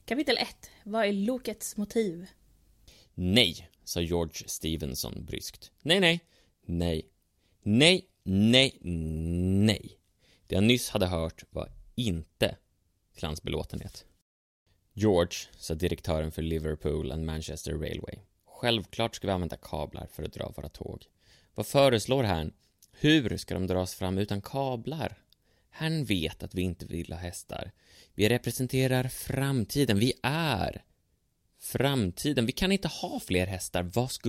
Kapitel 1. Vad är Lokets motiv? Nej, sa George Stevenson bryskt. Nej. Det jag nyss hade hört var inte till hans belåtenhet. George, sa direktören för Liverpool and Manchester Railway. Självklart ska vi använda kablar för att dra våra tåg. Vad föreslår han? Hur ska de dras fram utan kablar? Han vet att vi inte vill ha hästar. Vi representerar framtiden. Vi är framtiden. Vi kan inte ha fler hästar.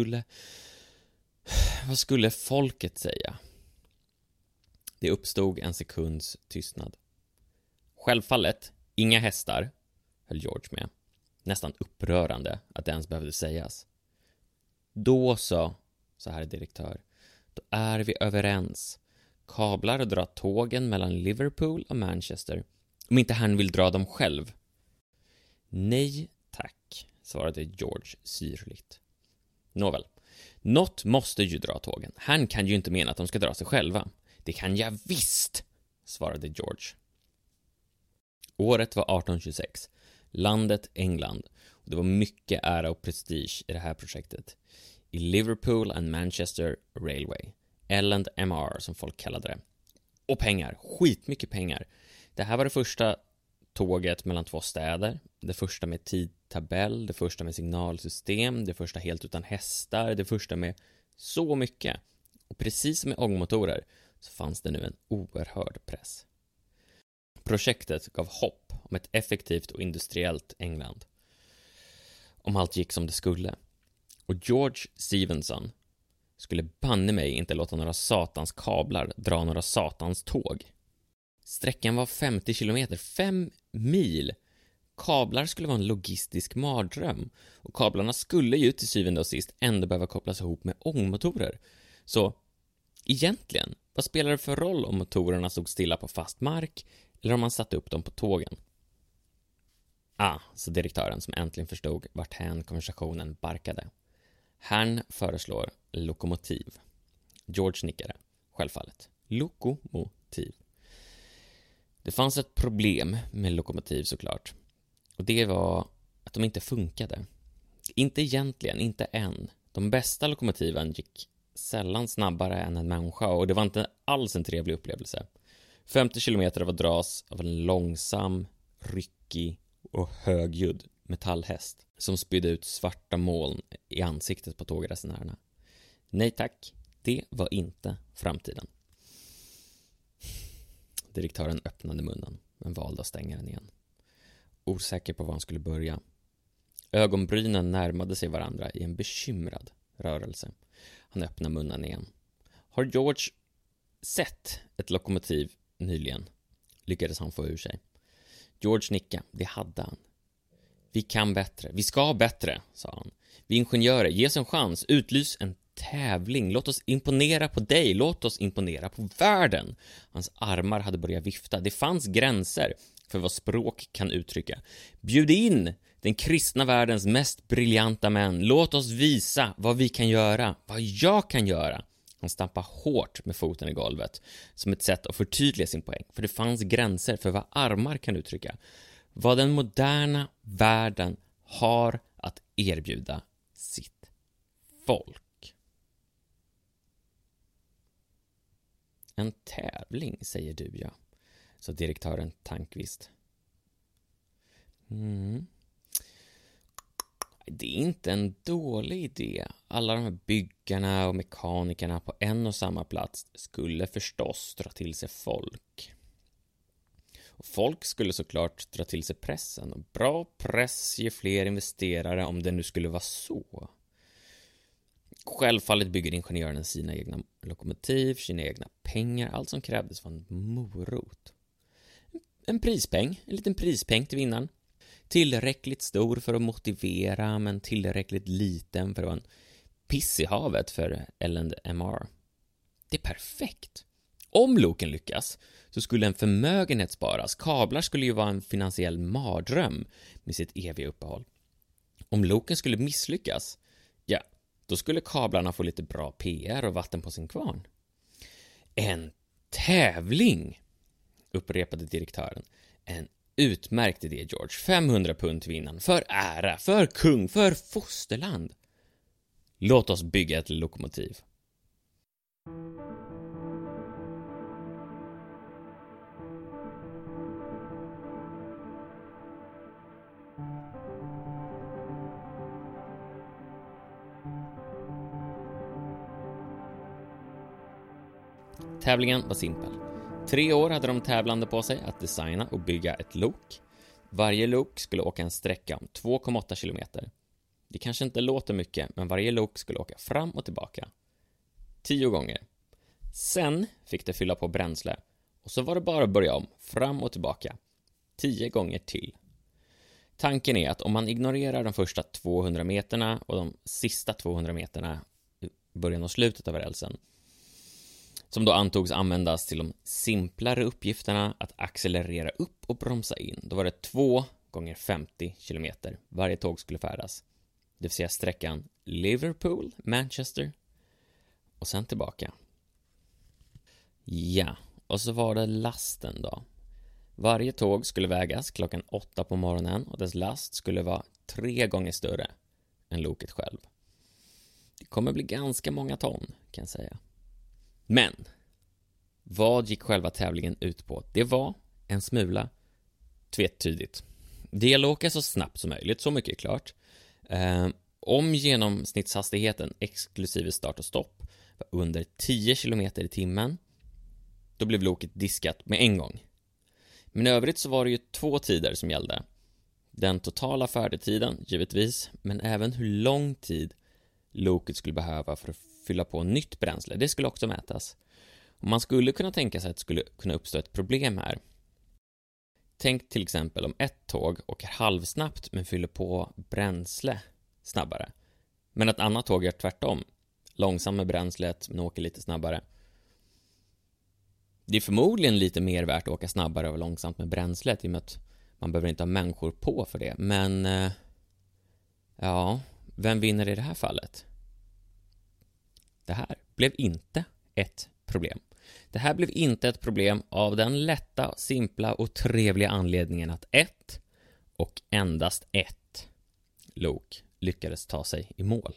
Vad skulle folket säga? Det uppstod en sekunds tystnad. Självfallet, inga hästar, höll George med. Nästan upprörande att det ens behövde sägas. Då så här direktör, då är vi överens. Kablar drar tågen mellan Liverpool och Manchester, om inte han vill dra dem själv. Nej, tack, svarade George syrligt. Nåväl, något måste ju dra tågen. Han kan ju inte mena att de ska dra sig själva. Det kan jag visst, svarade George. Året var 1826. Landet England. Och det var mycket ära och prestige i det här projektet. I Liverpool and Manchester Railway. L&MR som folk kallade det. Och pengar, skitmycket pengar. Det här var det första tåget mellan två städer. Det första med tidtabell, det första med signalsystem, det första helt utan hästar, det första med så mycket. Och precis som med ångmotorer så fanns det nu en oerhörd press. Projektet gav hopp om ett effektivt och industriellt England. Om allt gick som det skulle. Och George Stevenson skulle banne mig inte låta några satans kablar dra några satans tåg. Sträckan var 50 kilometer, 5 mil. Kablar skulle vara en logistisk mardröm. Och kablarna skulle ju till syvende och sist ändå behöva kopplas ihop med ångmotorer. Så egentligen, vad spelar det för roll om motorerna stod stilla på fast mark eller om man satte upp dem på tågen? Så direktören som äntligen förstod vart hän konversationen barkade. Han föreslår lokomotiv. George nickade, självfallet. Lokomotiv. Det fanns ett problem med lokomotiv såklart. Och det var att de inte funkade. Inte egentligen, inte än. De bästa lokomotiven gick sällan snabbare än en människa och det var inte alls en trevlig upplevelse. 50 kilometer av att dras av en långsam, ryckig och högljudd metallhäst som spydde ut svarta moln i ansiktet på tågresenärerna. Nej tack, det var inte framtiden. Direktören öppnade munnen men valde att stänga den igen. Osäker på var han skulle börja. Ögonbrynen närmade sig varandra i en bekymrad rörelse. Han öppnade munnen igen. Har George sett ett lokomotiv nyligen? Lyckades han få ur sig. George nickade, det hade han. Vi kan bättre, vi ska bättre, sa han. Vi ingenjörer, ge oss en chans, utlys en tävling. Låt oss imponera på dig, låt oss imponera på världen. Hans armar hade börjat vifta. Det fanns gränser för vad språk kan uttrycka. Bjud in den kristna världens mest briljanta män. Låt oss visa vad vi kan göra, vad jag kan göra. Han stampade hårt med foten i golvet som ett sätt att förtydliga sin poäng. För det fanns gränser för vad armar kan uttrycka. Vad den moderna världen har att erbjuda sitt folk. En tävling, säger du, ja, sa direktören tankvist. Det är inte en dålig idé. Alla de här byggarna och mekanikerna på en och samma plats skulle förstås dra till sig folk. Och folk skulle såklart dra till sig pressen. Och bra press ger fler investerare om det nu skulle vara så. Självfallet bygger ingenjören sina egna lokomotiv, sina egna pengar. Allt som krävdes var en morot. En prispeng, en liten prispeng till vinnaren. Tillräckligt stor för att motivera, men tillräckligt liten för att vara en piss i havet för L&MR. Det är perfekt. Om loken lyckas så skulle en förmögenhet sparas. Kablar skulle ju vara en finansiell mardröm med sitt eviga uppehåll. Om loken skulle misslyckas, ja, då skulle kablarna få lite bra PR och vatten på sin kvarn. En tävling, upprepade direktören. En utmärkt idé, George. 500 pund till vinnaren. För ära, för kung, för fosterland. Låt oss bygga ett lokomotiv. Tävlingen var simpel. 3 år hade de tävlande på sig att designa och bygga ett lok. Varje lok skulle åka en sträcka om 2,8 kilometer. Det kanske inte låter mycket, men varje lok skulle åka fram och tillbaka 10 gånger. Sen fick det fylla på bränsle och så var det bara att börja om, fram och tillbaka 10 gånger till. Tanken är att om man ignorerar de första 200 meterna och de sista 200 meterna i början och slutet av rälsen, som då antogs användas till de simplare uppgifterna att accelerera upp och bromsa in. Då var det 2 gånger 50 kilometer varje tåg skulle färdas. Det vill säga sträckan Liverpool, Manchester och sen tillbaka. Ja, och så var det lasten då. Varje tåg skulle vägas klockan 8 på morgonen och dess last skulle vara 3 gånger större än loket själv. Det kommer bli ganska många ton, kan jag säga. Men vad gick själva tävlingen ut på? Det var en smula tvetydigt. Det gäller att åka så snabbt som möjligt, så mycket är klart. Om genomsnittshastigheten exklusive start och stopp var under 10 km i timmen, då blev loket diskat med en gång. Men i övrigt så var det ju 2 tider som gällde. Den totala färdtiden, givetvis, men även hur lång tid loket skulle behöva för att fylla på nytt bränsle. Det skulle också mätas. Och man skulle kunna tänka sig att det skulle kunna uppstå ett problem här. Tänk till exempel om ett tåg åker halvsnabbt men fyller på bränsle snabbare. Men ett annat tåg gör tvärtom. Långsam med bränslet men åker lite snabbare. Det är förmodligen lite mer värt att åka snabbare och långsamt med bränslet i och med att man behöver inte ha människor på för det. Men ja, vem vinner i det här fallet? Det här blev inte ett problem. Det här blev inte ett problem av den lätta, simpla och trevliga anledningen att ett och endast ett lok lyckades ta sig i mål.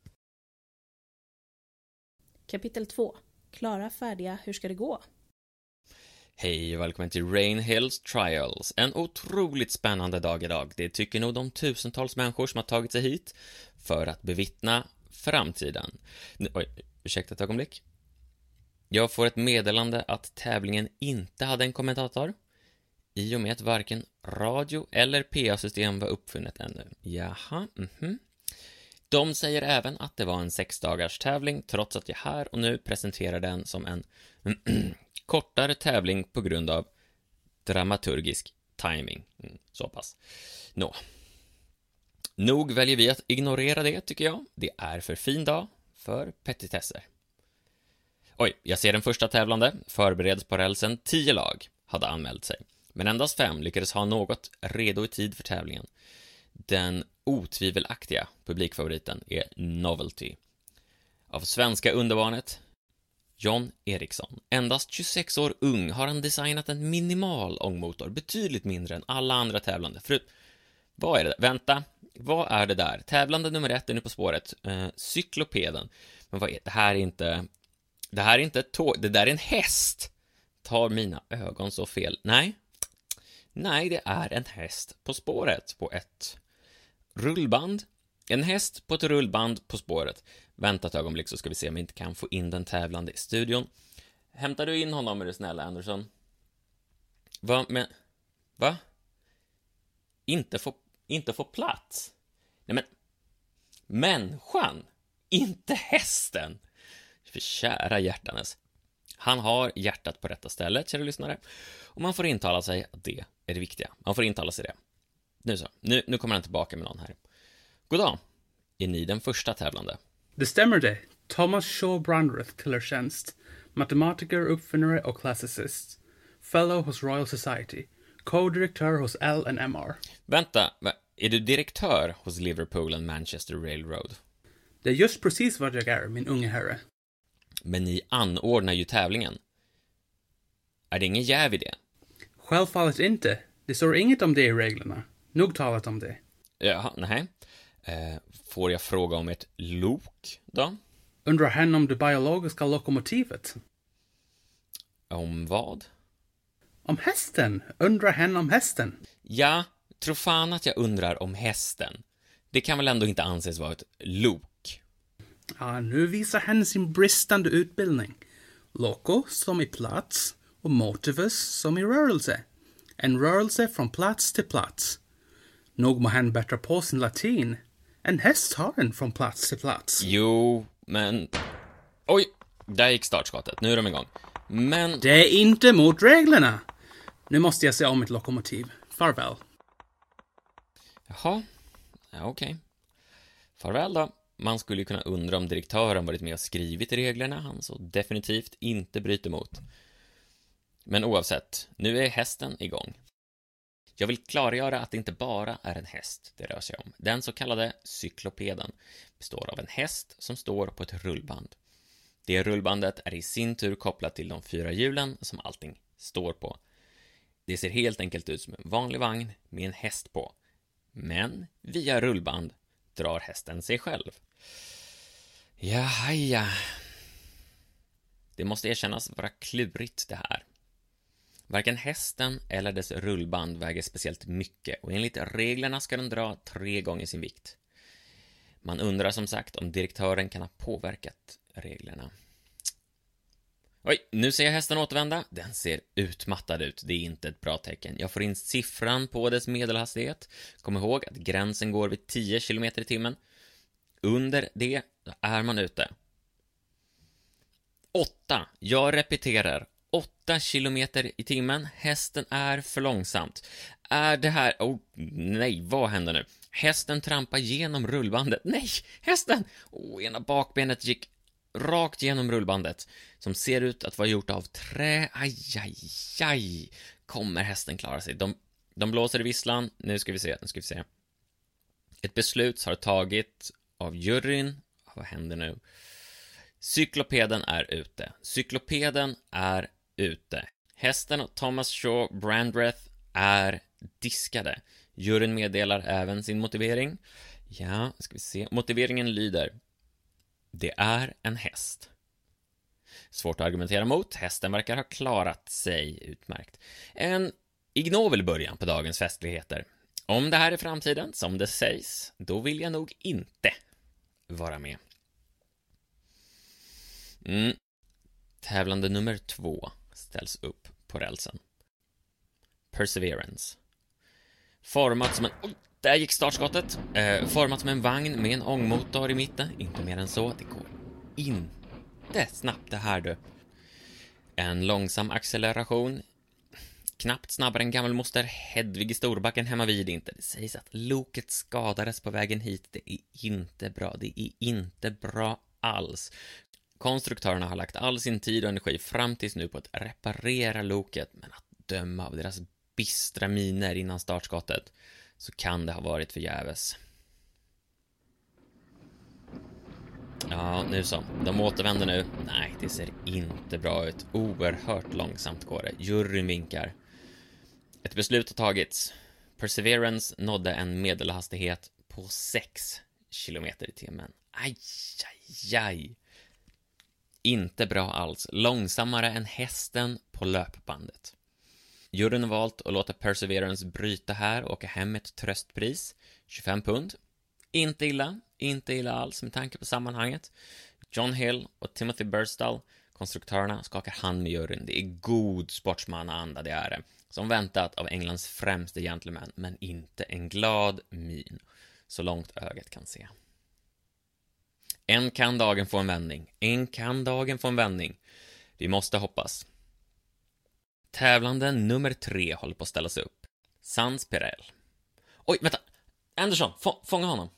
Kapitel 2. Klara, färdiga, hur ska det gå? Hej och välkommen till Rain Hills Trials. En otroligt spännande dag idag. Det tycker nog de tusentals människor som har tagit sig hit för att bevittna framtiden. Ursäkta ett ögonblick. Jag får ett meddelande att tävlingen inte hade en kommentator i och med att varken radio eller PA-system var uppfunnet ännu. Jaha, De säger även att det var en 6-dagars tävling trots att jag här och nu presenterar den som en kortare tävling på grund av dramaturgisk timing. Så pass. Nog väljer vi att ignorera det, tycker jag. Det är för fin dag för petitesser. Oj, jag ser den första tävlande. Förbereds på rälsen. 10 lag hade anmält sig. Men endast 5 lyckades ha något redo i tid för tävlingen. Den otvivelaktiga publikfavoriten är Novelty. Av svenska underbarnet John Eriksson. Endast 26 år ung har han designat en minimal ångmotor. Betydligt mindre än alla andra tävlande. Vad är det? Vänta. Vad är det där? Tävlande nummer 1 är nu på spåret. Cyklopeden. Men vad är det? Det här är inte ett tåg. Det där är en häst. Tar mina ögon så fel? Nej, det är en häst på spåret på ett rullband. En häst på ett rullband på spåret. Vänta ett ögonblick så ska vi se om vi inte kan få in den tävlande i studion. Hämtar du in honom, är du snälla, Anderson? Va? Inte få plats? Nej men, människan, inte hästen. För kära hjärtanes. Han har hjärtat på rätta stället, kära lyssnare. Och man får intala sig att det är det viktiga. Man får intala sig det. Nu så, nu kommer han tillbaka med någon här. Goddag, är ni den första tävlande? Det stämmer det. Thomas Shaw Brandreth tillertjänst. Matematiker, uppfinnare och klassicist. Fellow hos Royal Society. Co-direktör hos L&MR. Vänta, är du direktör hos Liverpool and Manchester Railroad? Det är just precis vad jag är, min unge herre. Men ni anordnar ju tävlingen. Är det ingen jäv i det? Självfallet inte. Det står inget om det i reglerna. Nog talat om det. Jaha, nej. Får jag fråga om ett lok då? Undrar hen om det biologiska lokomotivet? Om vad? Om hästen. Undrar hen om hästen? Ja, tror fan att jag undrar om hästen. Det kan väl ändå inte anses vara ett lok? Ja, nu visar hen sin bristande utbildning. Loco som i plats och motivus som i rörelse. En rörelse från plats till plats. Nog må hen bättra på sin latin. En häst har en från plats till plats. Jo, men... Oj, där gick startskottet. Nu är de igång. Men... Det är inte mot reglerna. Nu måste jag se om mitt lokomotiv. Farväl. Jaha, ja, okej. Farväl då. Man skulle ju kunna undra om direktören varit med och skrivit reglerna han så definitivt inte bryter mot. Men oavsett, nu är hästen igång. Jag vill klargöra att det inte bara är en häst det rör sig om. Den så kallade cyklopeden består av en häst som står på ett rullband. Det rullbandet är i sin tur kopplat till de 4 hjulen som allting står på. Det ser helt enkelt ut som en vanlig vagn med en häst på. Men via rullband drar hästen sig själv. Ja. Det måste erkännas vara klurigt det här. Varken hästen eller dess rullband väger speciellt mycket och enligt reglerna ska den dra 3 gånger sin vikt. Man undrar som sagt om direktören kan ha påverkat reglerna. Oj, nu ser jag hästen återvända. Den ser utmattad ut, det är inte ett bra tecken. Jag får in siffran på dess medelhastighet. Kom ihåg att gränsen går vid 10 km i timmen. Under det är man ute. 8, jag repeterar. 8 kilometer i timmen. Hästen är för långsamt. Är det här... nej, vad händer nu? Hästen trampar genom rullbandet. Nej, hästen! Ena bakbenet gick rakt genom rullbandet som ser ut att vara gjort av trä. Aj. Kommer hästen klara sig? De blåser i visslan. Nu ska vi se. Ett beslut har tagit av juryn. Vad händer nu? Cyklopeden är ute. Hästen och Thomas Shaw Brandreth är diskade. Juryn meddelar även sin motivering. Ja, ska vi se. Motiveringen lyder: det är en häst. Svårt att argumentera mot. Hästen verkar ha klarat sig utmärkt. En ignovel början på dagens festligheter. Om det här är framtiden, som det sägs, då vill jag nog inte vara med. Tävlande nummer 2 ställs upp på rälsen. Perseverance. Format som en... där gick startskottet. Format som en vagn med en ångmotor i mitten. Inte mer än så. Det går inte snabbt det här du. En långsam acceleration. Knappt snabbare än gammelmoster Hedvig i Storbacken hemma vid inte. Det sägs att loket skadades på vägen hit. Det är inte bra. Det är inte bra alls. Konstruktörerna har lagt all sin tid och energi fram tills nu på att reparera loket, men att döma av deras bistra miner innan startskottet så kan det ha varit förgäves. Ja, nu så. De återvänder nu. Nej, det ser inte bra ut. Oerhört långsamt går det. Juryn vinkar. Ett beslut har tagits. Perseverance nådde en medelhastighet på 6 km i timmen. Aj. Inte bra alls. Långsammare än hästen på löpbandet. Juryn har valt att låta Perseverance bryta här och åka hem ett tröstpris. 25 pund. Inte illa alls med tanke på sammanhanget. John Hill och Timothy Burstall, konstruktörerna, skakar hand med juryn. Det är god sportsmannaanda det är det. Som väntat av Englands främste gentleman, men inte en glad min. Så långt ögat kan se. En kan dagen få en vändning. Vi måste hoppas. Tävlande nummer 3 håller på att ställas upp. Sans Perel. Oj, vänta. Andersson, fånga honom.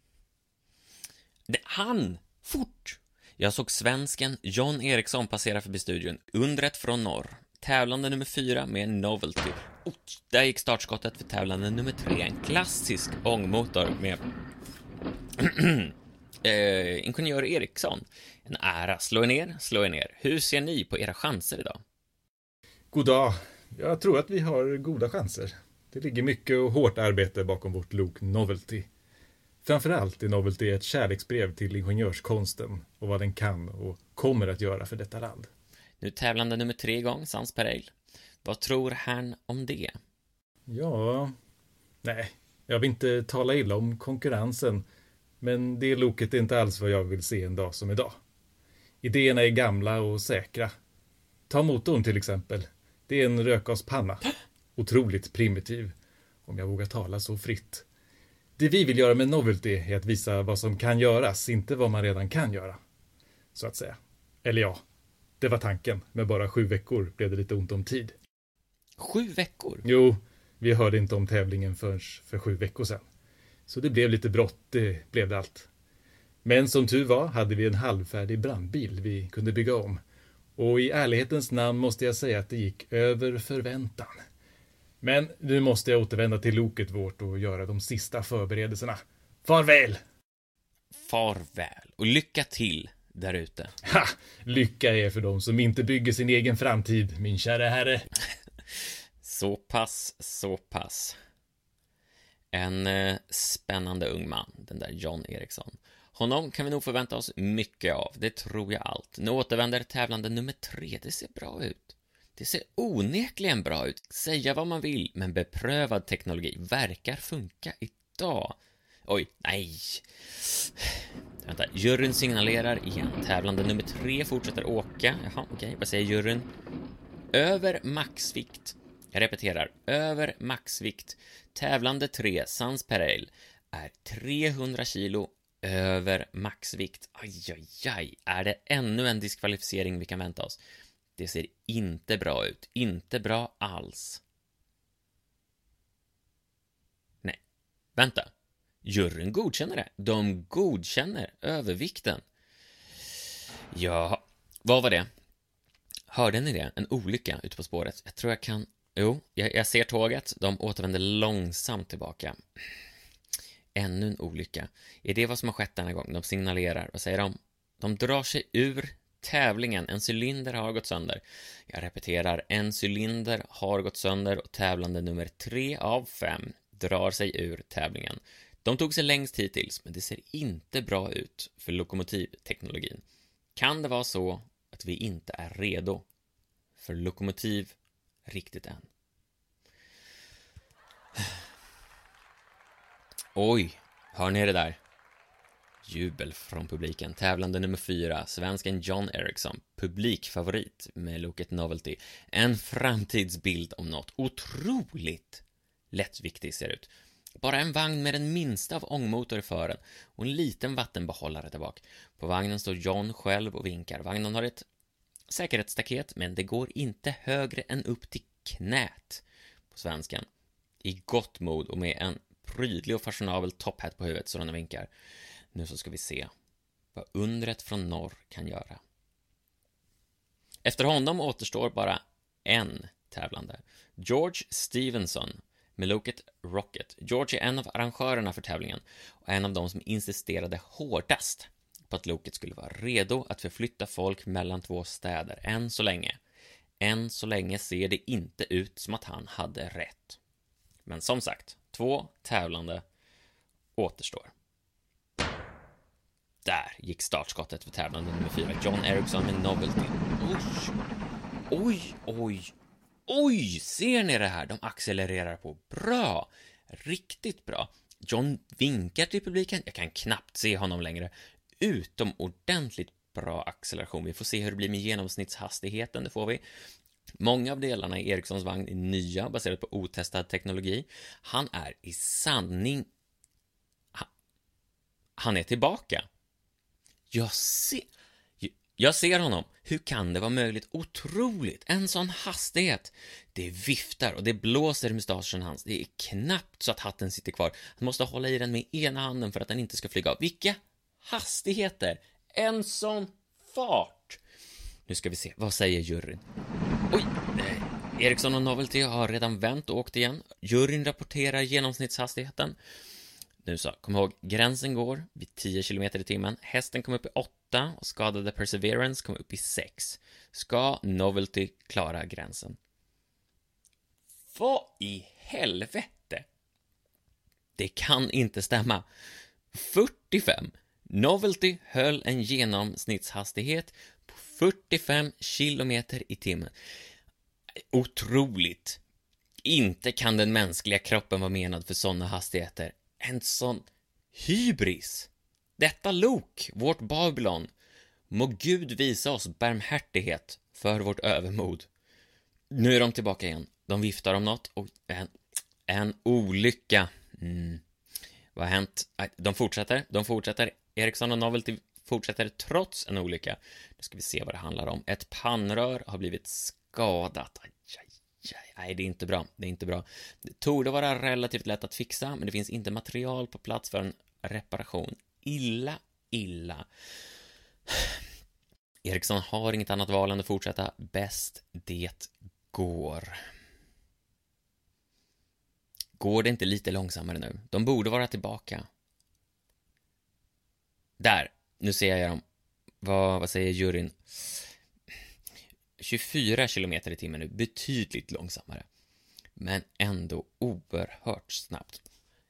Han! Fort! Jag såg svensken John Eriksson passera förbi studion. Undret från norr. Tävlande nummer 4 med en Novelty. Där gick startskottet för tävlande nummer 3. En klassisk ångmotor med... Ingenjör Eriksson. En ära. Slå er ner. Hur ser ni på era chanser idag? God dag. Jag tror att vi har goda chanser. Det ligger mycket och hårt arbete bakom vårt lok Novelty. Framförallt är Novelty ett kärleksbrev till ingenjörskonsten och vad den kan och kommer att göra för detta land. Nu tävlande nummer 3 igång, Sans Pereil. Vad tror han om det? Ja, nej, jag vill inte tala illa om konkurrensen, men det loket är inte alls vad jag vill se en dag som idag. Idéerna är gamla och säkra. Ta motorn till exempel. Det är en rökgaspanna. Otroligt primitiv, om jag vågar tala så fritt. Det vi vill göra med Novelty är att visa vad som kan göras, inte vad man redan kan göra. Så att säga. Eller ja, det var tanken. Med bara 7 veckor blev det lite ont om tid. 7 veckor? Jo, vi hörde inte om tävlingen förrän för 7 veckor sedan. Så det blev lite brått, det blev det allt. Men som tur var hade vi en halvfärdig brandbil vi kunde bygga om. Och i ärlighetens namn måste jag säga att det gick över förväntan. Men nu måste jag återvända till loket vårt och göra de sista förberedelserna. Farväl! Farväl och lycka till där ute. Ha! Lycka är för dem som inte bygger sin egen framtid, min kära herre. Så pass. En spännande ung man, den där John Eriksson. Honom kan vi nog förvänta oss mycket av, det tror jag allt. Nu återvänder tävlande nummer 3, det ser bra ut. Det ser onekligen bra ut. Säga vad man vill, men beprövad teknologi verkar funka idag. Oj, nej. Vänta, juryn signalerar igen. Tävlande nummer 3 fortsätter åka. Jaha, okej, vad säger juryn? Över maxvikt. Jag repeterar, över maxvikt. Tävlande 3, Sans Pereil, är 300 kilo över maxvikt. Aj. Är det ännu en diskvalificering vi kan vänta oss? Det ser inte bra ut. Inte bra alls. Nej, vänta. Juryn godkänner det. De godkänner övervikten. Ja, vad var det? Hörde ni det? En olycka ute på spåret. Jag tror jag kan... Jo, jag ser tåget. De återvänder långsamt tillbaka. Ännu en olycka. Är det vad som har skett denna gång? De signalerar. Vad säger de? De drar sig ur tävlingen. En cylinder har gått sönder. Jag repeterar. En cylinder har gått sönder och tävlande nummer 3 av 5 drar sig ur tävlingen. De tog sig längst hittills, men det ser inte bra ut för lokomotivteknologin. Kan det vara så att vi inte är redo för lokomotiv riktigt än? Oj, hör ni det där? Jubel från publiken. Tävlande nummer 4, svensken John Eriksson, publikfavorit med loket Novelty. En framtidsbild om något otroligt lättviktigt ser ut. Bara en vagn med den minsta av ångmotor i fören och en liten vattenbehållare där bak. På vagnen står John själv och vinkar. Vagnen har ett säkerhetsstaket, men det går inte högre än upp till knät på svensken. I gott mod och med en prydlig och fashionabel topphatt på huvudet så den vinkar. Nu så ska vi se vad undret från norr kan göra. Efter honom återstår bara en tävlande. George Stevenson med loket Rocket. George är en av arrangörerna för tävlingen och en av de som insisterade hårdast på att loket skulle vara redo att förflytta folk mellan 2 städer. Än så länge ser det inte ut som att han hade rätt. Men som sagt, 2 tävlande återstår. Där gick startskottet för tävlande nummer 4, John Eriksson med Novelty. Oj, ser ni det här? De accelererar på bra, riktigt bra. John vinkar till publiken, jag kan knappt se honom längre. Utomordentligt bra acceleration. Vi får se hur det blir med genomsnittshastigheten, det får vi. Många av delarna i Erikssons vagn är nya, baserat på otestad teknologi. Han är i sanning... Han är tillbaka. Jag ser honom. Hur kan det vara möjligt? Otroligt. En sån hastighet. Det viftar och det blåser i mustaschen hans. Det är knappt så att hatten sitter kvar. Han måste hålla i den med ena handen för att den inte ska flyga av. Vilka hastigheter. En sån fart. Nu ska vi se. Vad säger juryn? Oj, Eriksson och Novelty har redan vänt och åkt igen. Juryn rapporterar genomsnittshastigheten. Nu så, kom ihåg, gränsen går vid 10 km i timmen. Hästen kom upp i 8 och skadade Perseverance kom upp i 6. Ska Novelty klara gränsen? Vad i helvete? Det kan inte stämma. 45. Novelty höll en genomsnittshastighet på 45 kilometer i timmen. Otroligt. Inte kan den mänskliga kroppen vara menad för sådana hastigheter. En sån hybris. Detta lok, vårt Babylon. Må Gud visa oss barmhärtighet för vårt övermod. Nu är de tillbaka igen. De viftar om något och en olycka. Vad har hänt? De fortsätter. Ericsson och Novelty fortsätter trots en olycka. Nu ska vi se vad det handlar om. Ett pannrör har blivit skadat. Nej, det är inte bra. Det torde vara relativt lätt att fixa, men det finns inte material på plats för en reparation. Illa. Ericsson har inget annat val än att fortsätta bäst det går. Går det inte lite långsammare nu? De borde vara tillbaka. Där, nu ser jag dem. Vad säger juryn? 24 kilometer i timmen nu, betydligt långsammare. Men ändå oerhört snabbt.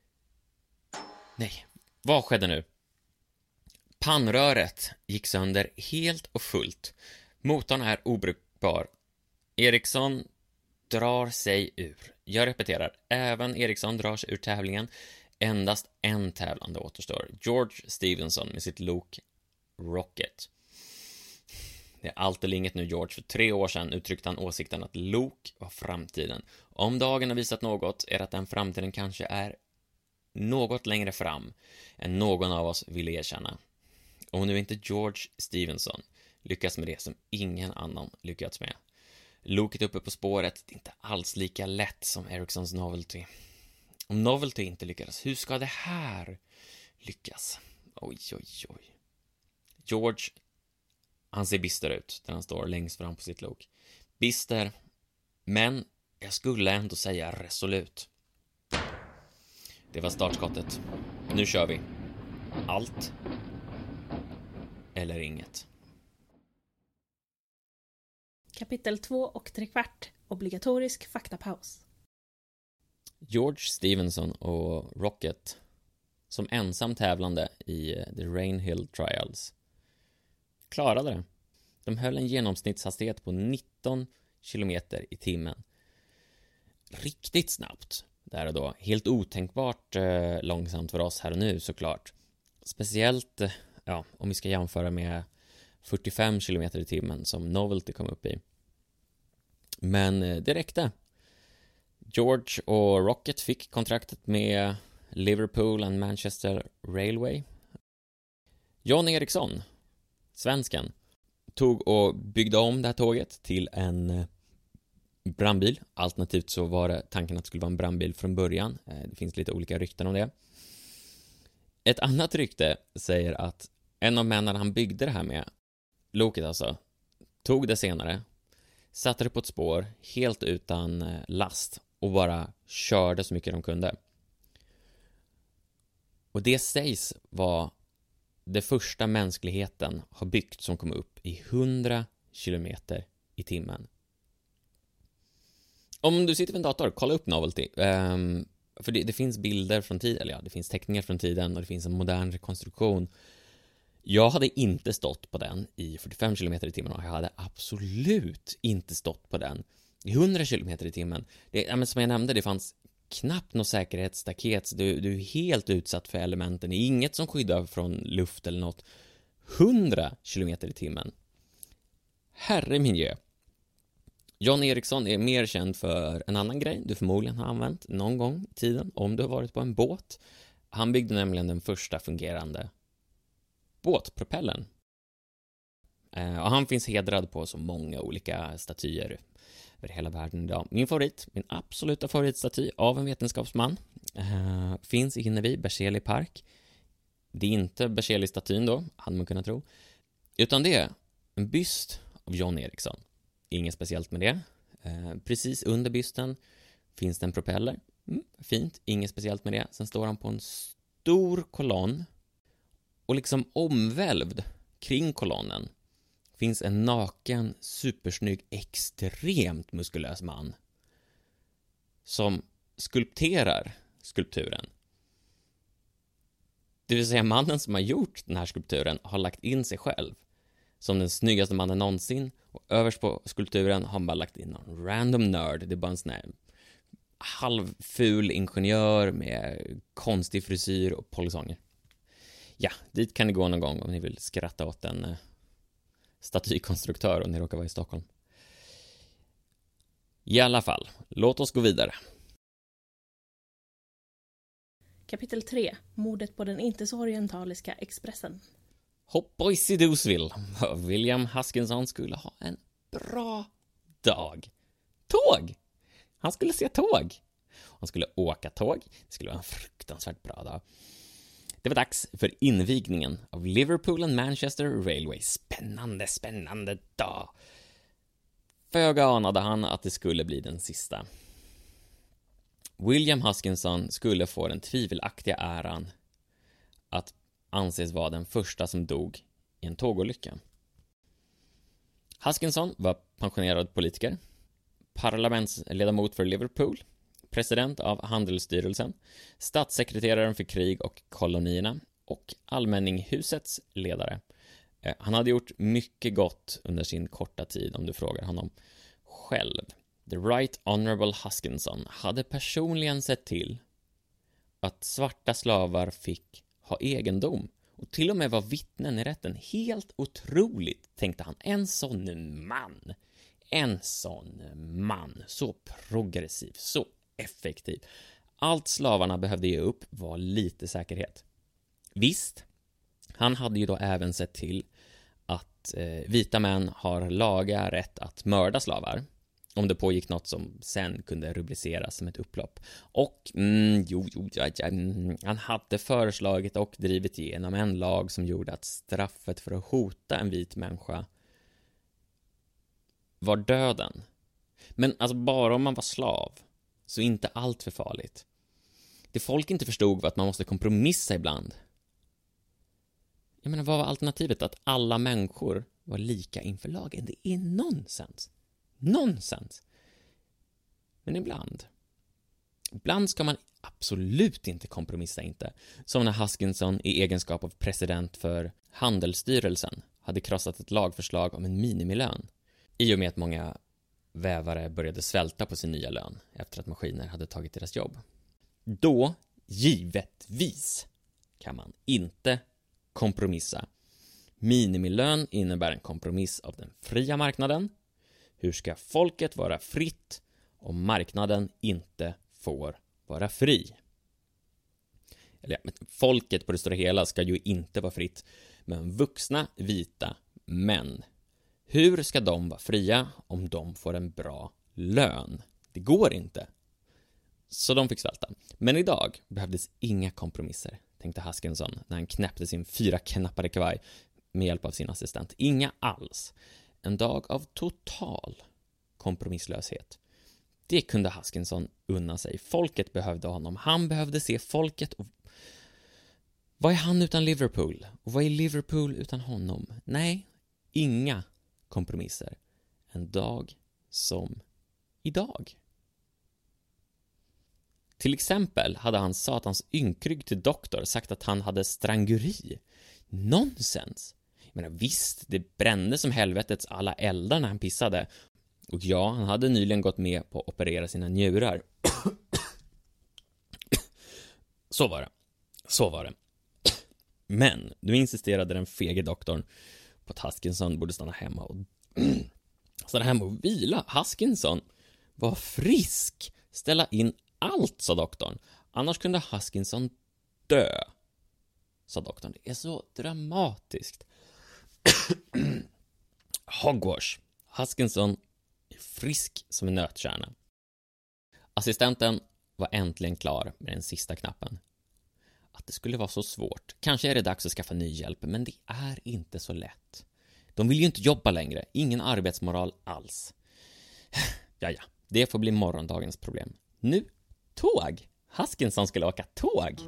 Nej, vad skedde nu? Pannröret gick sönder helt och fullt. Motorn är obrukbar. Ericsson drar sig ur. Jag repeterar, även Ericsson drar sig ur tävlingen. Endast en tävlande återstår. George Stevenson med sitt lok Rocket. Det är allt eller inget nu, George. För 3 år sedan uttryckte han åsikten att lok var framtiden. Om dagen har visat något är att den framtiden kanske är något längre fram än någon av oss vill erkänna. Och nu inte George Stevenson lyckas med det som ingen annan lyckats med. Loket uppe på spåret är inte alls lika lätt som Ericssons Novelty. Om Novelty inte lyckas, hur ska det här lyckas? Oj. George, han ser bister ut när han står längst fram på sitt lok. Bister, men jag skulle ändå säga resolut. Det var startskottet. Nu kör vi. Allt eller inget. Kapitel 2 och 3/4. Obligatorisk faktapaus. George Stevenson och Rocket som ensam tävlande i The Rainhill Trials klarade det. De höll en genomsnittshastighet på 19 kilometer i timmen. Riktigt snabbt. Där och då. Helt otänkbart långsamt för oss här och nu såklart. Speciellt om vi ska jämföra med 45 kilometer i timmen som Novelty kom upp i. Men det räckte. George och Rocket fick kontraktet med Liverpool and Manchester Railway. John Ericsson, svensken, tog och byggde om det här tåget till en brandbil. Alternativt så var det tanken att det skulle vara en brandbil från början. Det finns lite olika rykten om det. Ett annat rykte säger att en av männen han byggde det här med, loket alltså, tog det senare, satte det på ett spår helt utan last och bara körde så mycket de kunde. Och det sägs vara det första mänskligheten har byggt som kom upp i 100 kilometer i timmen. Om du sitter vid en dator, kolla upp Novelty. För det finns bilder från tiden, eller det finns teckningar från tiden och det finns en modern rekonstruktion. Jag hade inte stått på den i 45 km i timmen och jag hade absolut inte stått på den i 100 km i timmen. Som jag nämnde, det fanns knappt något säkerhetsstaket. Du är helt utsatt för elementen. Det är inget som skyddar från luft eller något. 100 km i timmen. Herre miljö. John Ericsson är mer känd för en annan grej du förmodligen har använt någon gång i tiden om du har varit på en båt. Han byggde nämligen den första fungerande båtpropellen. Och han finns hedrad på så många olika statyer över hela världen idag. Min absoluta favoritstaty av en vetenskapsman finns inne vid Berzelii park. Det är inte Berzelii-statyn då, hade man kunnat tro. Utan det är en byst av John Ericsson. Inget speciellt med det. Precis under bysten finns det en propeller. Fint, inget speciellt med det. Sen står han på en stor kolonn. Och liksom omvälvd kring kolonnen finns en naken, supersnygg, extremt muskulös man. som skulpterar skulpturen. Det vill säga mannen som har gjort den här skulpturen har lagt in sig själv som den snyggaste mannen någonsin, och överst på skulpturen har man lagt in någon random nörd. Det är bara en sån här halvful ingenjör med konstig frisyr och polisonger. Ja, dit kan ni gå någon gång om ni vill skratta åt en statykonstruktör om ni råkar vara i Stockholm. I alla fall, låt oss gå vidare. Kapitel 3. Mordet på den inte så orientaliska Expressen. Hoppojsi Dosville. William Huskinson skulle ha en bra dag. Tåg! Han skulle se tåg. Han skulle åka tåg. Det skulle vara en fruktansvärt bra dag. Det var dags för invigningen av Liverpool and Manchester Railway. Spännande dag. Föga anade han att det skulle bli den sista. William Huskinson skulle få den tvivelaktiga äran att anses vara den första som dog i en tågolycka. Huskinson var pensionerad politiker, parlamentsledamot för Liverpool, president av handelsstyrelsen, statssekreteraren för krig och kolonierna och allmänninghusets ledare. Han hade gjort mycket gott under sin korta tid, om du frågar honom själv. The Right Honorable Huskinson hade personligen sett till att svarta slavar fick ha egendom och till och med var vittnen i rätten. Helt otroligt, tänkte han. En sån man, så progressiv, så effektiv. Allt slavarna behövde ge upp var lite säkerhet. Visst, han hade ju då även sett till att vita män har laga rätt att mörda slavar om det pågick något som sen kunde rubriceras som ett upplopp. Och han hade föreslagit och drivit igenom en lag som gjorde att straffet för att hota en vit människa var döden. Men alltså bara om man var slav, så inte allt för farligt. Det folk inte förstod var att man måste kompromissa ibland. Jag menar, vad var alternativet? Att alla människor var lika inför lagen? Det är nonsens. Men ibland ska man absolut inte kompromissa, inte. Som när Huskinson i egenskap av president för handelsstyrelsen hade krossat ett lagförslag om en minimilön i och med att många vävare började svälta på sin nya lön efter att maskiner hade tagit deras jobb. Då, givetvis, kan man inte kompromissa. Minimilön innebär en kompromiss av den fria marknaden. Hur ska folket vara fritt om marknaden inte får vara fri? Eller ja, folket på det stora hela ska ju inte vara fritt, men vuxna vita män, hur ska de vara fria om de får en bra lön? Det går inte. Så de fick svälta. Men idag behövdes inga kompromisser, tänkte Huskinson när han knäppte sin 4-knappade kavaj med hjälp av sin assistent. Inga alls. En dag av total kompromisslöshet. Det kunde Huskinson unna sig. Folket behövde honom. Han behövde se folket. Och vad är han utan Liverpool? Och vad är Liverpool utan honom? Nej, inga kompromisser. En dag som idag. Till exempel hade han satans ynkrygg till doktor sagt att han hade strangeri. Nonsens. Jag menar, visst, det brände som helvetets alla eldar när han pissade. Och ja, han hade nyligen gått med på att operera sina njurar. Så var det. Men nu insisterade den fege doktorn på att Huskinson borde stanna hemma och vila. Huskinson var frisk. Ställa in allt, sa doktorn. Annars kunde Huskinson dö, sa doktorn. Det är så dramatiskt. Hogwash. Huskinson är frisk som en nötkärna. Assistenten var äntligen klar med den sista knappen. Att det skulle vara så svårt. Kanske är det dags att skaffa ny hjälp, men det är inte så lätt. De vill ju inte jobba längre. Ingen arbetsmoral alls. Ja, det får bli morgondagens problem. Nu, tåg. Huskinson skulle åka tåg.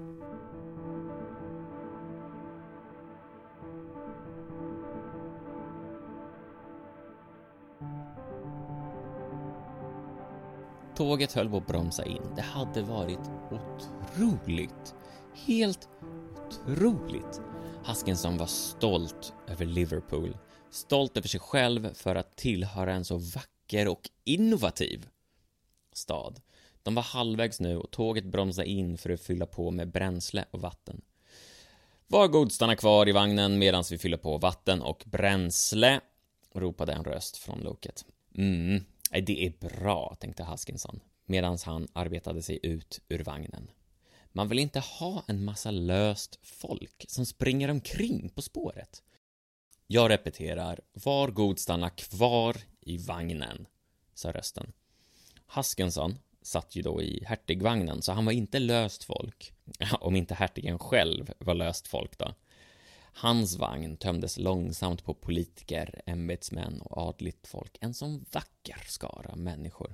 tåget höll på att bromsa in. Det hade varit otroligt. Helt otroligt. Haskinson var stolt över Liverpool. Stolt över sig själv för att tillhöra en så vacker och innovativ stad. De var halvvägs nu och tåget bromsade in för att fylla på med bränsle och vatten. Var god, stanna kvar i vagnen medan vi fyller på vatten och bränsle, ropade en röst från loket. Det är bra, tänkte Haskinson medan han arbetade sig ut ur vagnen. Man vill inte ha en massa löst folk som springer omkring på spåret. Jag repeterar, var god, stanna kvar i vagnen, sa rösten. Haskinson satt ju då i hertigvagnen, så han var inte löst folk. Om inte hertigen själv var löst folk då. Hans vagn tömdes långsamt på politiker, ämbetsmän och adligt folk. En sån vacker skara människor.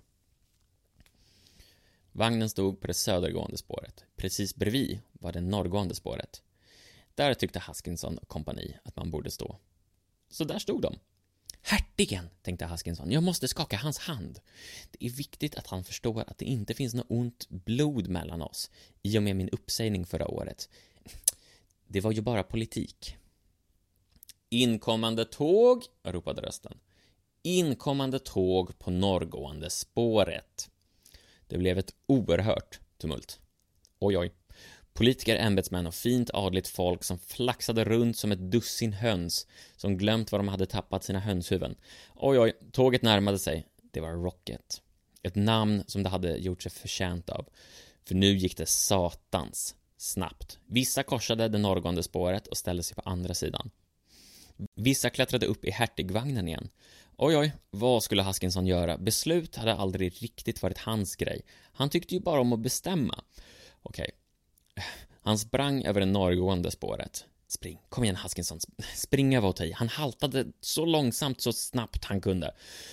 Vagnen stod på det södergående spåret. Precis bredvid var det norrgående spåret. Där tyckte Haskinson och kompani att man borde stå. Så där stod de. Hertigen, tänkte Haskinson. Jag måste skaka hans hand. Det är viktigt att han förstår att det inte finns något ont blod mellan oss i och med min uppsägning förra året. Det var ju bara politik. Inkommande tåg, ropade rösten. Inkommande tåg på norrgående spåret. Det blev ett oerhört tumult. Oj. Politiker, ämbetsmän och fint adligt folk som flaxade runt som ett dussin höns som glömt var de hade tappat sina hönshuvuden. Oj, tåget närmade sig. Det var Rocket. Ett namn som det hade gjort sig förtjänt av. För nu gick det satans snabbt. Vissa korsade det norrgående spåret och ställde sig på andra sidan. Vissa klättrade upp i hertigvagnen igen. Oj, vad skulle Haskinson göra? Beslut hade aldrig riktigt varit hans grej. Han tyckte ju bara om att bestämma. Okej. Han sprang över det norrgående spåret. Spring, kom igen Haskinson. Springa var att ta i. Han haltade så långsamt, så snabbt han kunde.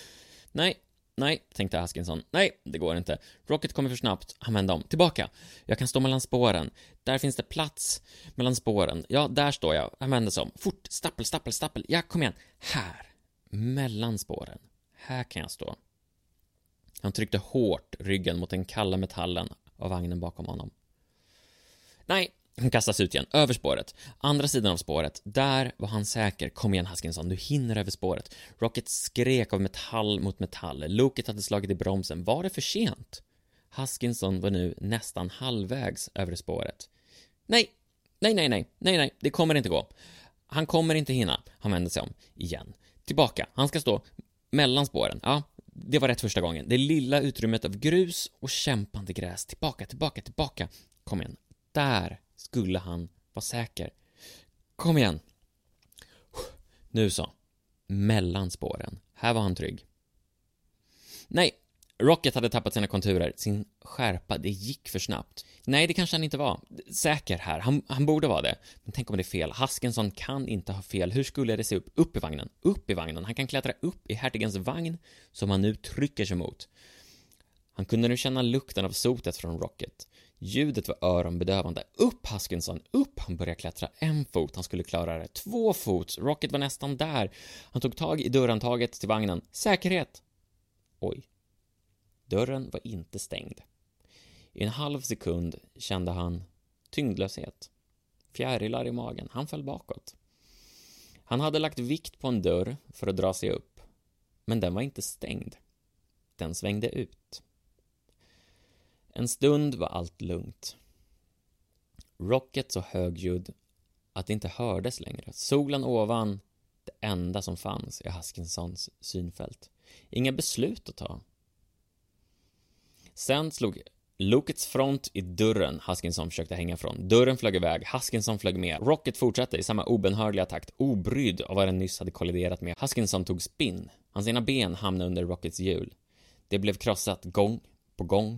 Nej, tänkte Haskinson. Nej, det går inte. Rocket kommer för snabbt. Han vände om. Tillbaka. Jag kan stå mellan spåren. Där finns det plats mellan spåren. Ja, där står jag. Han vände sig om. Fort, stappel. Ja, kom igen. Här. Mellan spåren. Här kan jag stå. Han tryckte hårt ryggen mot den kalla metallen av vagnen bakom honom. Nej, han kastas ut igen. Över spåret. Andra sidan av spåret. Där var han säker. Kom igen Haskinson, du hinner över spåret. Rocket skrek av metall mot metall. Loket hade slagit i bromsen. Var det för sent? Haskinson var nu nästan halvvägs över spåret. Nej. Det kommer inte gå. Han kommer inte hinna. Han vände sig om igen. Tillbaka. Han ska stå mellan spåren. Ja, det var rätt första gången. Det lilla utrymmet av grus och kämpande gräs. Tillbaka. Kom igen. Där skulle han vara säker. Kom igen. Nu så. Mellan spåren. Här var han trygg. Nej, Rocket hade tappat sina konturer. Sin skärpa, det gick för snabbt. Nej, det kanske han inte var. Säker här. Han borde vara det. Men tänk om det är fel. Haskinson kan inte ha fel. Hur skulle det se upp? Upp i vagnen. Han kan klättra upp i hertigens vagn som han nu trycker sig mot. Han kunde nu känna lukten av sotet från Rocket. Ljudet var öronbedövande. Upp Haskinson, upp! Han började klättra 1 fot. Han skulle klara det. 2 fot. Rocket var nästan där. Han tog tag i dörrhandtaget till vagnen. Säkerhet! Oj. Dörren var inte stängd. I en halv sekund kände han tyngdlöshet. Fjärilar i magen. Han föll bakåt. Han hade lagt vikt på en dörr för att dra sig upp. Men den var inte stängd. Den svängde ut. En stund var allt lugnt. Rocket så högljudd att det inte hördes längre. Solen ovan, det enda som fanns i Haskinsons synfält. Inga beslut att ta. Sen slog lokets front i dörren Haskinson försökte hänga från. Dörren flög iväg, Haskinson flög med. Rocket fortsatte i samma obenhörliga takt, obrydd av vad den nyss hade kolliderat med. Haskinson tog spinn. Hans ena ben hamnade under Rockets hjul. Det blev krossat gång på gång.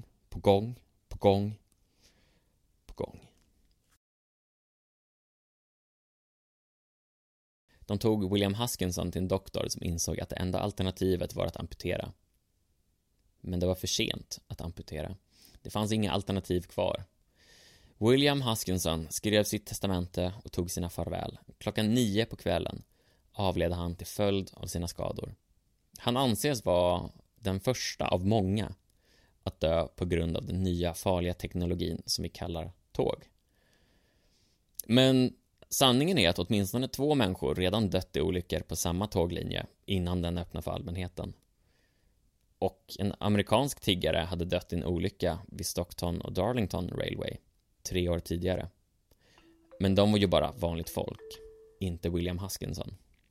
De tog William Haskinson till en doktor som insåg att det enda alternativet var att amputera. Men det var för sent att amputera. Det fanns inga alternativ kvar. William Haskinson skrev sitt testamente och tog sina farväl. 9:00 på kvällen avled han till följd av sina skador. Han anses vara den första av många att dö på grund av den nya farliga teknologin som vi kallar tåg. Men sanningen är att åtminstone 2 människor redan dött i olyckor på samma tåglinje innan den öppnade för allmänheten. Och en amerikansk tiggare hade dött i en olycka vid Stockton och Darlington Railway 3 år tidigare. Men de var ju bara vanligt folk, inte William Huskinson.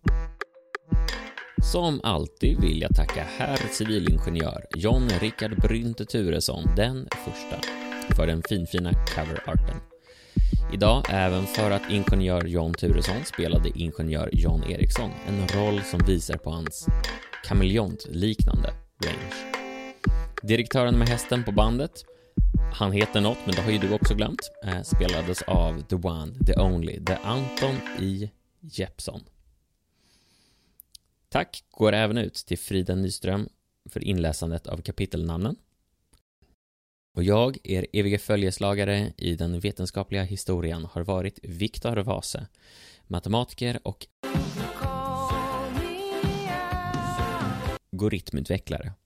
Som alltid vill jag tacka herr civilingenjör John Rickard Brynte Turesson den första för den finfina coverarten. Idag även för att ingenjör John Turesson spelade ingenjör John Eriksson, en roll som visar på hans kameleont-liknande range. Direktören med hästen på bandet, han heter något men det har ju du också glömt, spelades av the one, the only, the Anton I. Jeppsson. Tack går även ut till Frida Nyström för inläsandet av kapitelnamnen. Och jag, er eviga följeslagare i den vetenskapliga historien, har varit Viktor Vase, matematiker och algoritmutvecklare.